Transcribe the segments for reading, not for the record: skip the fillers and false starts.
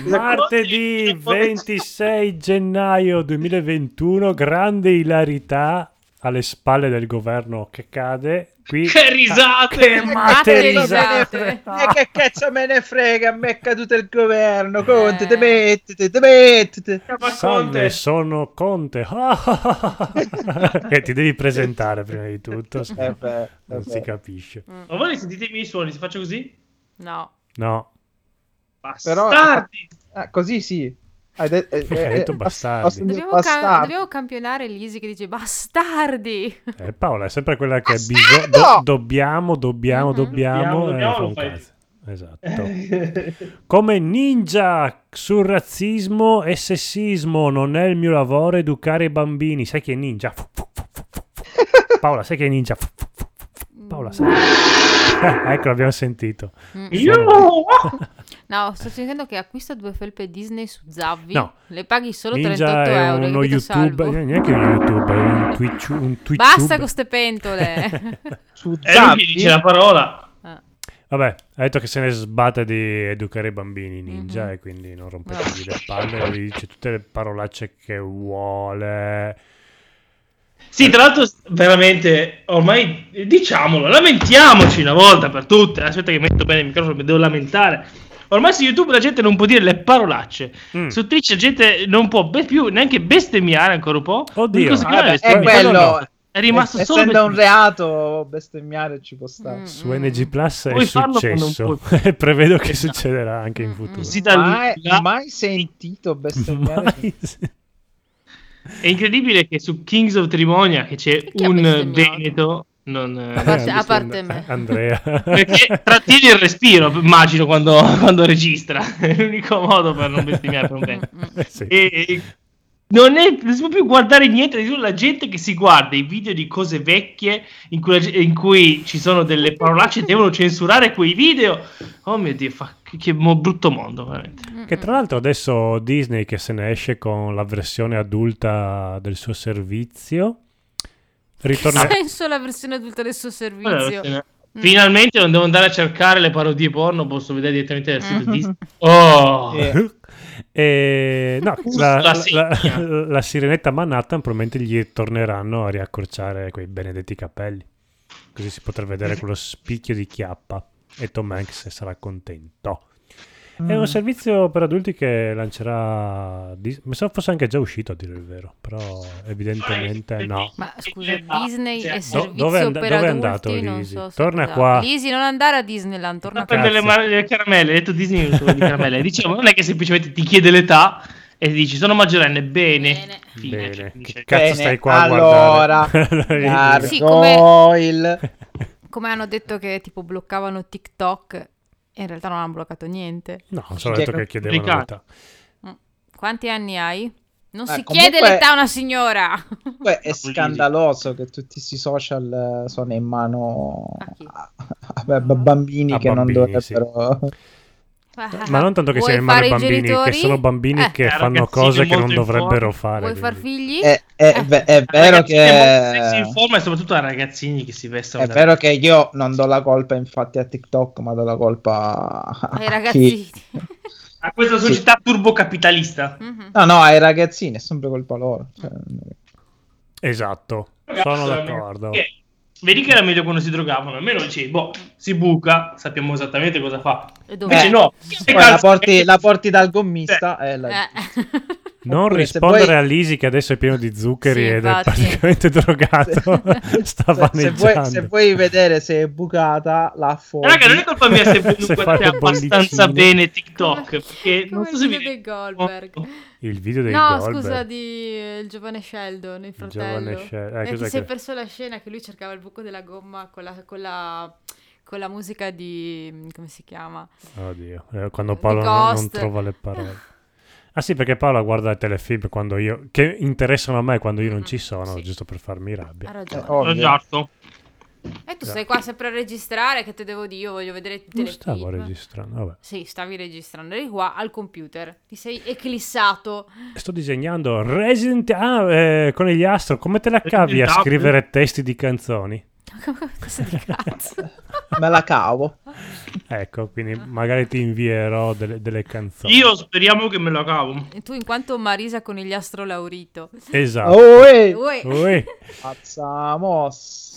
Martedì 26 gennaio 2021, grande ilarità alle spalle del governo che cade. Qui che risate! Che matte risate! Che cazzo me ne frega, a me è caduto il governo. Conte, te mettete. Salve, sono Conte. E ti devi presentare prima di tutto. Non si capisce. Ma voi sentite i miei suoni? Si faccio così? No. Bastardi! Però, così sì. Hai detto bastardi. Dobbiamo campionare Lisi che dice bastardi. Paola è sempre quella che dobbiamo lo fai. Esatto. Come ninja sul razzismo e sessismo, non è il mio lavoro educare i bambini. Sai chi è ninja? Paola, sai chi è ninja? Paola, sai? Ecco, l'abbiamo sentito. No, sto dicendo che acquista 2 felpe Disney su Zavvi. No. Le paghi solo Ninja 38 è euro. uno YouTube, neanche un YouTube, è un Twitch. Basta con ste pentole. Su Lui dice la parola. Vabbè, ha detto che se ne sbatte di educare i bambini ninja e quindi non rompetegli le palle, lui dice tutte le parolacce che vuole. Sì, tra l'altro veramente ormai diciamolo, lamentiamoci una volta per tutte. Aspetta che metto bene il microfono, mi devo lamentare. Ormai su YouTube la gente non può dire le parolacce. Su Twitch la gente non può più neanche bestemmiare ancora un po'. Oddio, è quello. È rimasto solo essendo un reato bestemmiare ci può stare. Su NG Plus è Puoi farlo, successo. Prevedo che succederà anche in futuro. Mai sentito bestemmiare. È incredibile che su Kings of Trimonia che c'è un veneto a parte me, Andrea, perché trattieni il respiro, immagino, quando registra. È l'unico modo per non bestemmiare per un veneto. Sì. E non si può più guardare niente, la gente che si guarda i video di cose vecchie in cui ci sono delle parolacce, devono censurare quei video. Oh mio Dio, che brutto mondo, veramente. Che tra l'altro adesso Disney che se ne esce con la versione adulta del suo servizio ritorna... Che senso la versione adulta del suo servizio? Finalmente non devo andare a cercare le parodie porno, posso vedere direttamente dal sito Disney. Oh! No, la sirenetta Manhattan probabilmente gli torneranno a riaccorciare quei benedetti capelli, così si potrà vedere quello spicchio di chiappa e Tom Hanks sarà contento. È un servizio per adulti che lancerà pensavo fosse anche già uscito, a dire il vero, però evidentemente no. Ma scusa, Disney è servizio dove per è adulti? andato Non Lisi? so Torna qua. Lisi, non andare a Disneyland, torna a prendere le caramelle. Hai detto Disney non sono di caramelle. Diciamo, non è che semplicemente ti chiede l'età e ti dici sono maggiorenne. Bene. Che cazzo stai qua a guardare? Sì, come hanno detto che tipo bloccavano TikTok, in realtà non hanno bloccato niente. No, solo detto che chiedevano l'età. Quanti anni hai? Non si chiede l'età a una signora. È scandaloso che tutti questi social sono in mano a bambini che non dovrebbero. Ma non tanto che siano in mano ai bambini, che sono bambini che fanno cose che non dovrebbero fare. Vuoi far figli? È vero che si informa, e soprattutto a ragazzini che si vestono. È vero che io non do la colpa infatti a TikTok, ma do la colpa ai ragazzini. A questa società turbocapitalista. No, ai ragazzini, è sempre colpa loro. Esatto, sono d'accordo. Vedi che era meglio quando si drogavano, almeno si buca, sappiamo esattamente cosa fa. Invece no, la porti dal gommista non rispondere a Lisi che adesso è pieno di zuccheri ed è praticamente drogato. Sta vaneggiando. Se vuoi vedere se è bucata, la foto. Raga, non è colpa mia se guardate abbastanza bene TikTok, perché non so se il video dei Goldberg. Il video dei Goldberg. No, scusa, di il giovane Sheldon, il fratello. E ti sei perso la scena che lui cercava il buco della gomma con la musica di come si chiama? Oddio, quando Paolo non trova le parole. Ah sì, perché Paola guarda i telefilm che interessano a me quando io non ci sono, giusto per farmi rabbia. Ha ragione. Esatto. E tu sei qua sempre a registrare, che te devo dire? Io voglio vedere tutte le stavo registrando, vabbè. Sì, stavi registrando. Eri qua al computer, ti sei eclissato. Sto disegnando Resident Conigliastro, come te la cavi a scrivere testi di canzoni? Cosa di cazzo? Me la cavo. Ecco, quindi magari ti invierò delle canzoni. Io speriamo che me la cavo. E tu in quanto Marisa Conigliastro Laurito. Esatto. Uè. Pazzamos.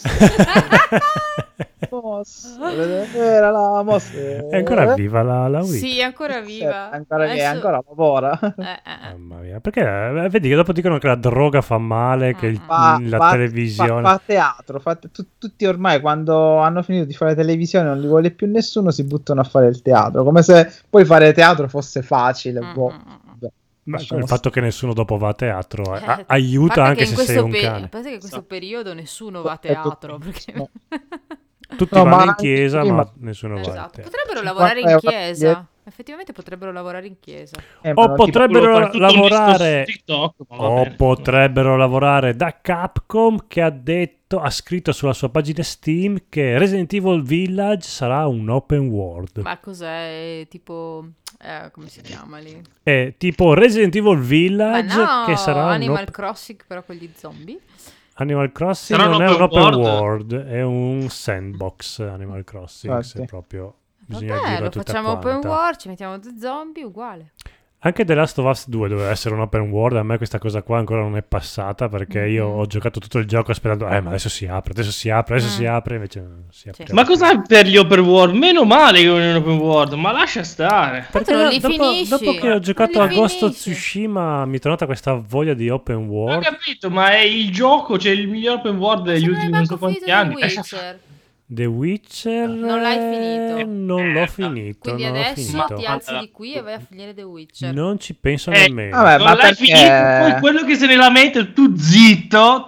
Era la mossa. È ancora viva la Laurito? Sì, è ancora viva. Ancora lavora. Mamma mia, perché vedi che dopo dicono che la droga fa male, che la televisione fa teatro, tutti ormai quando hanno finito di fare televisione non li vuole più nessuno, si buttano a fare il teatro, come se poi fare teatro fosse facile. Ma il fatto che nessuno dopo va a teatro aiuta, anche se sei un cane. A parte che in questo periodo nessuno va a teatro, perché... No. Tutti vanno in chiesa, ma nessuno va a teatro. Potrebbero lavorare in chiesa. Effettivamente potrebbero lavorare in chiesa. O potrebbero lavorare potrebbero lavorare da Capcom, che ha scritto sulla sua pagina Steam che Resident Evil Village sarà un open world. Ma cos'è? Tipo come si chiama lì? È tipo Resident Evil Village, che sarà Animal Crossing però con gli zombie. Animal Crossing non è un open world, è un sandbox. Animal Crossing, se proprio bisogna dirla tutta facciamo quanta. open world, ci mettiamo due zombie, uguale. Anche The Last of Us 2 doveva essere un open world. A me questa cosa qua ancora non è passata, perché io ho giocato tutto il gioco aspettando ma adesso si apre, invece non si apre. Ma cos'è per gli open world? Meno male che non è un open world, ma lascia stare. Perché dopo che ho giocato a Ghost of Tsushima mi è tornata questa voglia di open world. Ho capito, ma è il gioco, cioè il miglior open world degli ultimi non so quanti anni. The Witcher non l'hai finito? Non l'ho finito. Quindi adesso ti alzi di qui e vai a finire The Witcher. Non ci penso nemmeno. Vabbè, non l'hai finito, poi quello che se ne lamenta tu zitto.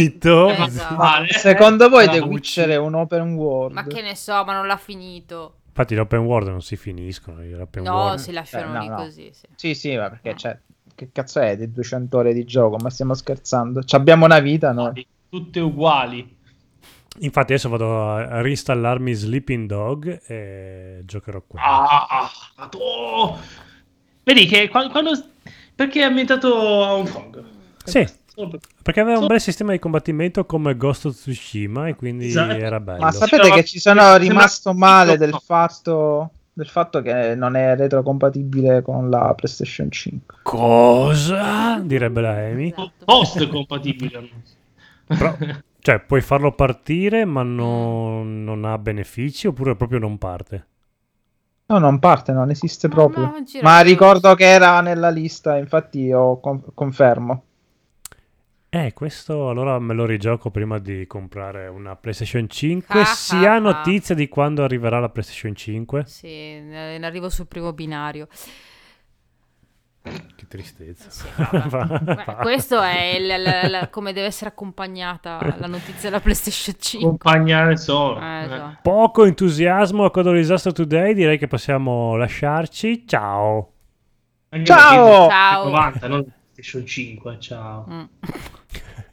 Ma secondo voi The Witcher è un open world? Ma che ne so, ma non l'ha finito. Infatti l'open world non si finiscono. Si lasciano lì così. Sì, ma perché che cazzo è di 200 ore di gioco? Ma stiamo scherzando? Abbiamo una vita noi. Tutte uguali. Infatti adesso vado a reinstallarmi Sleeping Dog e giocherò qua. Vedi che quando perché è ambientato a Hong Kong? Sì, perché aveva un bel sistema di combattimento come Ghost of Tsushima e quindi era bello. Ma sapete che ci sono rimasto male del fatto che non è retrocompatibile con la PlayStation 5. Cosa? Direbbe la Amy. Post compatibile. Cioè, puoi farlo partire, ma non ha benefici, oppure proprio non parte? No, non parte, non esiste proprio. Ma ricordo che era nella lista, infatti io confermo. Questo allora me lo rigioco prima di comprare una PlayStation 5. Si ha notizia di quando arriverà la PlayStation 5? Sì, ne arrivo sul primo binario. Che tristezza. Sì, questo è come deve essere accompagnata la notizia della PlayStation 5. Accompagnare solo. Esatto. Poco entusiasmo a Codolo Disastro Today. Direi che possiamo lasciarci. Ciao. Ciao. 90, non PlayStation 5. Ciao.